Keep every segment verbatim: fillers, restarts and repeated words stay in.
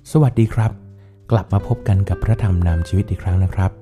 สวัสดีครับกลับมาพบกันกับพระธรรมนำชีวิตอีกครั้งนะครับ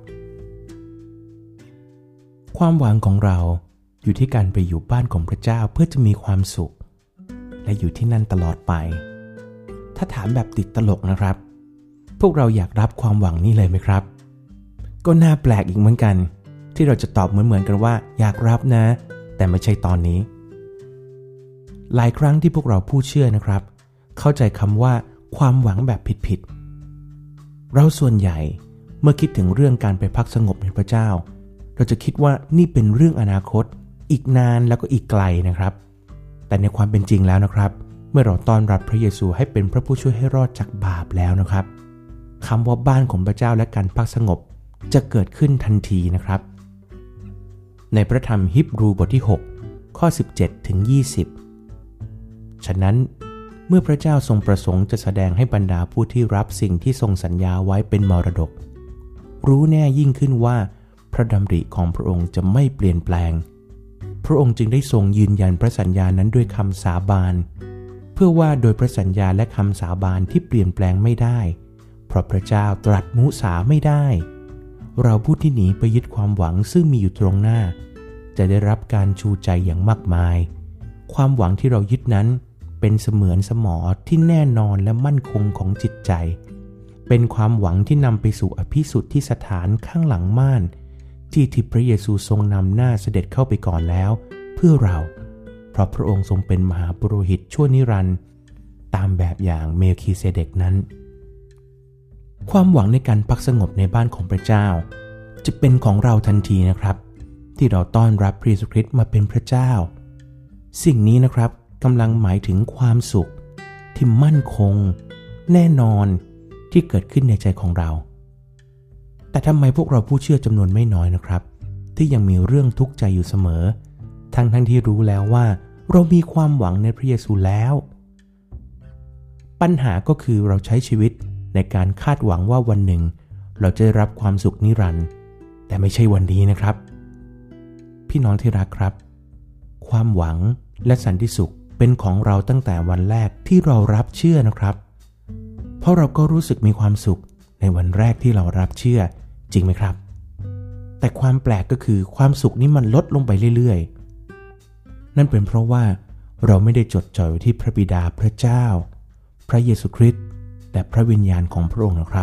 ความหวังของเราอยู่ที่การไปอยู่บ้านของพระเจ้าเพื่อจะมีความสุขและอยู่ที่นั่นตลอดไปถ้าถามแบบติดตลกนะครับพวกเราอยากรับความหวังนี้เลยไหมครับก็น่าแปลกอีกเหมือนกันที่เราจะตอบเหมือนๆกันว่าอยากรับนะแต่ไม่ใช่ตอนนี้หลายครั้งที่พวกเราผู้เชื่อนะครับเข้าใจคำว่าความหวังแบบผิดๆเราส่วนใหญ่เมื่อคิดถึงเรื่องการไปพักสงบในพระเจ้าเราจะคิดว่านี่เป็นเรื่องอนาคตอีกนานแล้วก็อีกไกลนะครับแต่ในความเป็นจริงแล้วนะครับเมื่อเราต้อนรับพระเยซูให้เป็นพระผู้ช่วยให้รอดจากบาปแล้วนะครับคำว่าบ้านของพระเจ้าและการพักสงบจะเกิดขึ้นทันทีนะครับในพระธรรมฮีบรูบทที่หกข้อสิบเจ็ดถึงยี่สิบฉะนั้นเมื่อพระเจ้าทรงประสงค์จะแสดงให้บรรดาผู้ที่รับสิ่งที่ทรงสัญญาไว้เป็นมรดกรู้แน่ยิ่งขึ้นว่าพระดำริของพระองค์จะไม่เปลี่ยนแปลงพระองค์จึงได้ทรงยืนยันพระสัญญานั้นด้วยคำสาบานเพื่อว่าโดยพระสัญญาและคำสาบานที่เปลี่ยนแปลงไม่ได้เพราะพระเจ้าตรัสมุสาไม่ได้เราผู้ที่หนีไปยึดความหวังซึ่งมีอยู่ตรงหน้าจะได้รับการชูใจอย่างมากมายความหวังที่เรายึดนั้นเป็นเสมือนสมอที่แน่นอนและมั่นคงของจิตใจเป็นความหวังที่นำไปสู่อภิสุทธิสถานข้างหลังม่านที่ที่พระเยซูทรงนำหน้าเสด็จเข้าไปก่อนแล้วเพื่อเราเพราะพระองค์ทรงเป็นมหาปุโรหิตชั่วนิรันดร์ตามแบบอย่างเมลคีเซเดกนั้นความหวังในการพักสงบในบ้านของพระเจ้าจะเป็นของเราทันทีนะครับที่เราต้อนรับพระเยซูคริสต์มาเป็นพระเจ้าสิ่งนี้นะครับกำลังหมายถึงความสุขที่มั่นคงแน่นอนที่เกิดขึ้นในใจของเราแต่ทำไมพวกเราผู้เชื่อจำนวนไม่น้อยนะครับที่ยังมีเรื่องทุกข์ใจอยู่เสมอทั้งทั้งที่รู้แล้วว่าเรามีความหวังในพระเยซูแล้วปัญหาก็คือเราใช้ชีวิตในการคาดหวังว่าวันหนึ่งเราจะได้รับความสุขนิรันดร์แต่ไม่ใช่วันนี้นะครับพี่น้องที่รักครับความหวังและสันติสุขเป็นของเราตั้งแต่วันแรกที่เรารับเชื่อนะครับเพราะเราก็รู้สึกมีความสุขในวันแรกที่เรารับเชื่อจริงไหมครับแต่ความแปลกก็คือความสุขนี้มันลดลงไปเรื่อยๆนั่นเป็นเพราะว่าเราไม่ได้จดจ่ออยู่ที่พระบิดาพระเจ้าพระเยซูคริสต์และพระวิญญาณของพระองค์นะครับ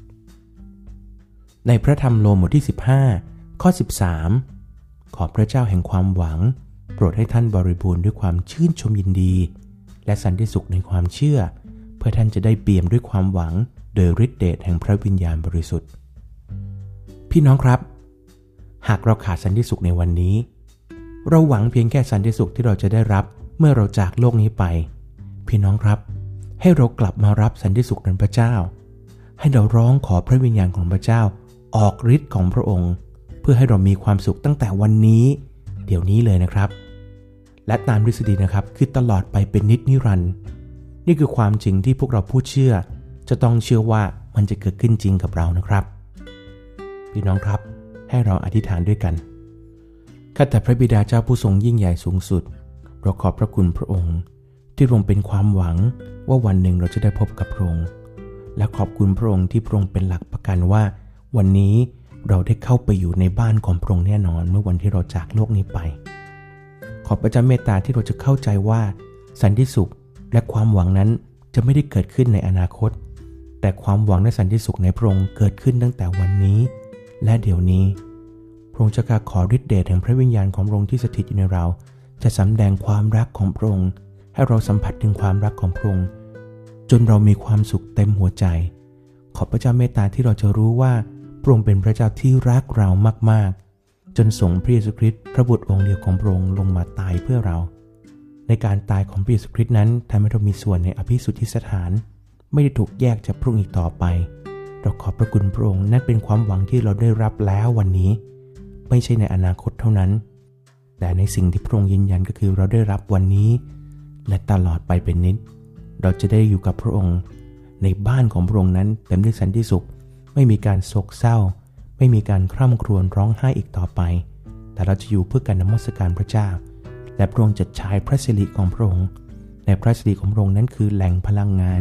ในพระธรรมโรมบทที่สิบห้าข้อสิบสามขอพระเจ้าแห่งความหวังโปรดให้ท่านบริบูรณ์ด้วยความชื่นชมยินดีและสันติสุขในความเชื่อเพื่อท่านจะได้เปี่ยมด้วยความหวังโดยฤทธิเดชแห่งพระวิญญาณบริสุทธิ์พี่น้องครับหากเราขาดสันติสุขในวันนี้เราหวังเพียงแค่สันติสุขที่เราจะได้รับเมื่อเราจากโลกนี้ไปพี่น้องครับให้เรากลับมารับสันติสุขนั้นพระเจ้าให้เราร้องขอพระวิญญาณของพระเจ้าออกฤทธิ์ของพระองค์เพื่อให้เรามีความสุขตั้งแต่วันนี้เดี๋ยวนี้เลยนะครับและตามทฤษฎีนะครับคือตลอดไปเป็นนิจนิรันดร์นี่คือความจริงที่พวกเราผู้เชื่อจะต้องเชื่อว่ามันจะเกิดขึ้นจริงกับเรานะครับพี่น้องครับให้เราอธิษฐานด้วยกันข้าแต่พระบิดาเจ้าผู้ทรงยิ่งใหญ่สูงสุดเราขอบพระคุณพระองค์ที่ทรงเป็นความหวังว่าวันหนึ่งเราจะได้พบกับพระองค์และขอบคุณพระองค์ที่พระองค์เป็นหลักประกันว่าวันนี้เราได้เข้าไปอยู่ในบ้านของพระองค์แน่นอนเมื่อวันที่เราจากโลกนี้ไปขอพระเจ้าเมตตาที่เราจะเข้าใจว่าสันติสุขและความหวังนั้นจะไม่ได้เกิดขึ้นในอนาคตแต่ความหวังและสันติสุขในพระองค์เกิดขึ้นตั้งแต่วันนี้และเดี๋ยวนี้พระองค์จะขอฤทธิ์เดชแห่งพระวิญญาณของพระองค์ที่สถิตอยู่ในเราจะสำแดงความรักของพระองค์ให้เราสัมผัสถึงความรักของพระองค์จนเรามีความสุขเต็มหัวใจขอพระเจ้าเมตตาที่เราจะรู้ว่าพระองค์เป็นพระเจ้าที่รักเรามากๆจนส่งพระเยซูคริสต์พระบุตรองค์เดียวของพระองค์ลงมาตายเพื่อเราในการตายของพระเยซูคริสต์นั้นทำให้เรามีส่วนในอภิสุทธิสถานไม่ได้ถูกแยกจากพระองค์อีกต่อไปเราขอบพระคุณพระองค์นั่นเป็นความหวังที่เราได้รับแล้ววันนี้ไม่ใช่ในอนาคตเท่านั้นแต่ในสิ่งที่พระองค์ยืนยันก็คือเราได้รับวันนี้และตลอดไปเป็นนิจเราจะได้อยู่กับพระองค์ในบ้านของพระองค์นั้นเต็มด้วยสันติสุขไม่มีการโศกเศร้าไม่มีการคร่ำครวญร้องไห้อีกต่อไปแต่เราจะอยู่เพื่อการนมัสการพระเจ้าและพระองค์จะฉายพระสิริของพระองค์ในพระสิริของพระองค์นั้นคือแหล่งพลังงาน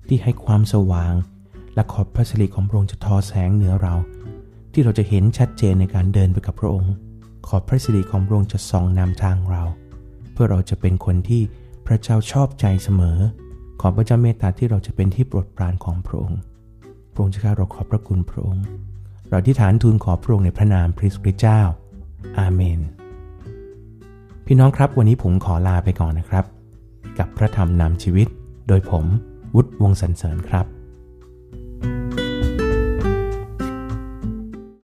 ที่ให้ความสว่างและขอพระสิริของพระองค์จะทอแสงเหนือเราที่เราจะเห็นชัดเจนในการเดินไปกับพระองค์ขอพระสิริของพระองค์จะส่องนำทางเราเพื่อเราจะเป็นคนที่พระเจ้าชอบใจเสมอขอพระเจ้าเมตตาที่เราจะเป็นที่โปรดปรานของพระองค์พระองค์เจ้าเราขอบพระคุณพระองค์เราอธิษฐานทูลขอพระองค์ในพระนามพระคริสต์เจ้าอาเมนพี่น้องครับวันนี้ผมขอลาไปก่อนนะครับกับพระธรรมนำชีวิตโดยผมวุฒิวงศ์สรรเสริญครับ